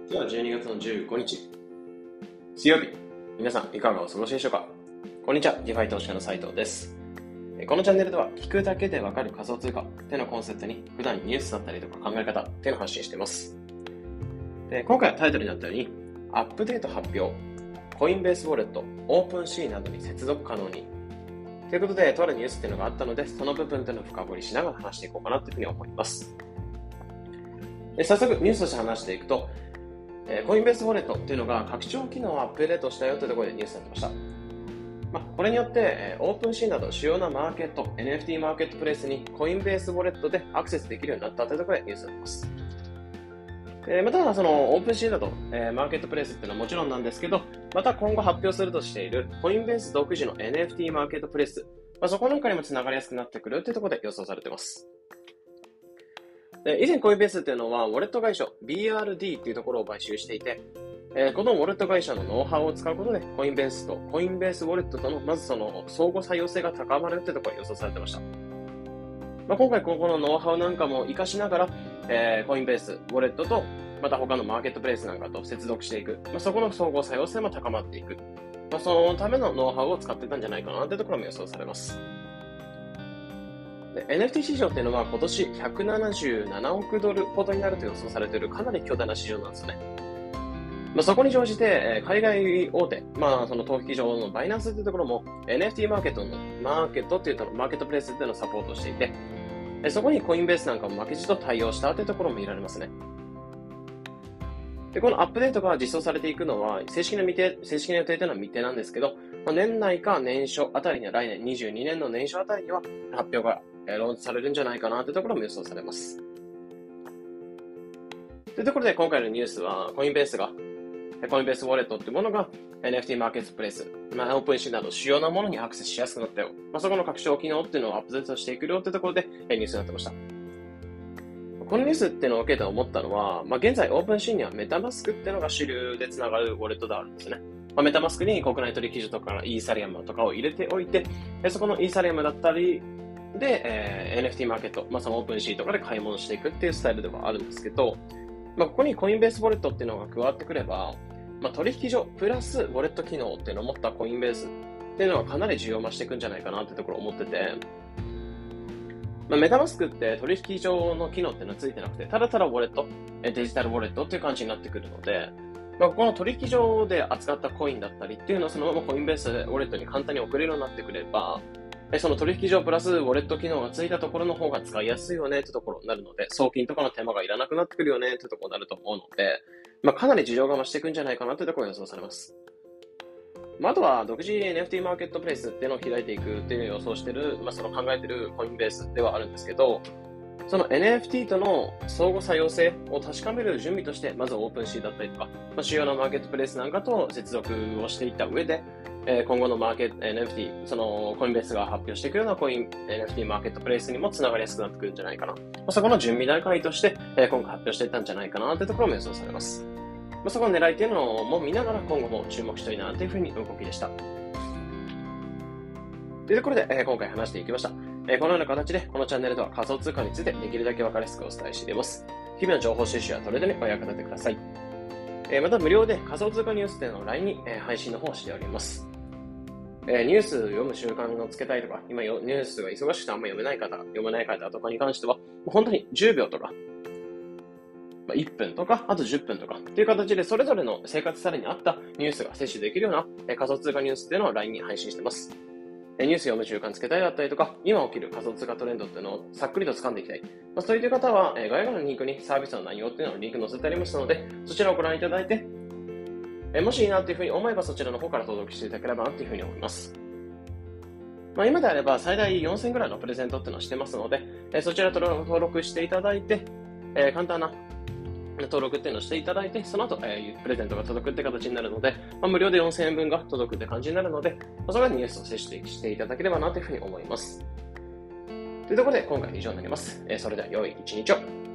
今日は12月の15日、水曜日。皆さん、いかがお過ごしでしょうか？こんにちは、DeFi 投資家の斉藤です。このチャンネルでは、聞くだけでわかる仮想通貨っていうのをコンセプトに、普段ニュースだったりとか考え方っていうのを発信しています。で、今回はタイトルになったように、アップデート発表、コインベースウォレット、オープンシーなどに接続可能に。ということで、とあるニュースっていうのがあったので、その部分っていうのを深掘りしながら話していこうかなというふうに思います。で、早速、ニュースとして話していくと、コインベースウォレットっていうのが拡張機能をアップデートしたよというところでニュースになってました。これによって、オープンシーなど主要なマーケット、NFT マーケットプレイスにコインベースウォレットでアクセスできるようになったというところでニュースになってます。また、そのオープンシーなど、マーケットプレイスっていうのはもちろんなんですけど、また今後発表するとしているコインベース独自の NFT マーケットプレイス、そこなんかにもつながりやすくなってくるというところで予想されています。以前コインベースっていうのはウォレット会社 BRD っていうところを買収していて、このウォレット会社のノウハウを使うことでコインベースとコインベースウォレットとのまずその相互作用性が高まるってところが予想されてました。今回このノウハウなんかも活かしながら、コインベースウォレットとまた他のマーケットプレイスなんかと接続していく、そこの相互作用性も高まっていく、そのためのノウハウを使ってたんじゃないかなというところも予想されます。NFT 市場っていうのは今年177億ドルほどになると予想されているかなり巨大な市場なんですよね。そこに乗じて海外大手、その取引所のバイナンスというところも NFT マーケットっていうとマーケットプレイスっていうのをサポートしていて、そこにコインベースなんかも負けじと対応したというところも見られますね。で、このアップデートが実装されていくのは正式な予定というのは未定なんですけど、年内か年初あたりには来年22年の年初あたりには発表がローンチされるんじゃないかなというところも予想されます。というところで今回のニュースはコインベースウォレットっていうものが NFT マーケットプレイス、オープンシーなど主要なものにアクセスしやすくなったよ。そこの拡張機能っていうのをアップデートしていくよというところでニュースになってました。このニュースっていうのを受けて思ったのは、現在オープンシーにはメタマスクっていうのが主流でつながるウォレットであるんですね。メタマスクに国内取引所とかイーサリアムとかを入れておいて、そこのイーサリアムだったりで、NFT マーケット、そのオープンシーとかで買い物していくっていうスタイルではあるんですけど、ここにコインベースウォレットっていうのが加わってくれば、取引所プラスウォレット機能っていうのを持ったコインベースっていうのはかなり需要を増していくんじゃないかなってところを思ってて、メタマスクって取引所の機能っていうのはついてなくて、ただただウォレット、デジタルウォレットっていう感じになってくるので、この取引所で扱ったコインだったりっていうのをそのままコインベースウォレットに簡単に送れるようになってくれば、その取引所プラスウォレット機能がついたところの方が使いやすいよねってところになるので、送金とかの手間がいらなくなってくるよねってところになると思うので、かなり需要が増していくんじゃないかなというところが予想されます。あとは独自 NFT マーケットプレイスっていうのを開いていくっていうのを予想している、その考えているコインベースではあるんですけど、その NFT との相互作用性を確かめる準備として、まずオープンシーだったりとか、主要なマーケットプレイスなんかと接続をしていった上で、今後のマーケット NFT、そのコインベースが発表していくようなNFT マーケットプレイスにもつながりやすくなってくるんじゃないかな。そこの準備段階として、今後発表していったんじゃないかなというところも予想されます。そこの狙いっていうのも見ながら今後も注目したいなというふうに動きでした。というところで、今回話していきました。このような形でこのチャンネルでは仮想通貨についてできるだけ分かりやすくお伝えしています。日々の情報収集やトレードにお役立てください。また無料で仮想通貨ニュースっていうのを LINE に配信の方をしております。ニュース読む習慣をつけたいとか、今ニュースが忙しくてあんま読めない方とかに関しては、本当に10秒とか、1分とか、あと10分とかっていう形でそれぞれの生活スタイルに合ったニュースが摂取できるような仮想通貨ニュースっていうのを LINE に配信しています。ニュース読む習慣つけたいだったりとか、今起きる仮想通貨トレンドっていうのをさっくりと掴んでいきたい。そういう方は、概要欄のリンクにサービスの内容っていうのをリンク載せてありますので、そちらをご覧いただいて、もしいいなっていうふうに思えばそちらの方から登録していただければなっていうふうに思います。今であれば最大4000ぐらいのプレゼントっていうのをしてますので、そちら登録していただいて、簡単な登録っていうのをしていただいて、その後、プレゼントが届くって形になるので、無料で4000円分が届くって感じになるので、それでニュースを摂取していただければなというふうに思います。というところで今回は以上になります。それでは良い一日を。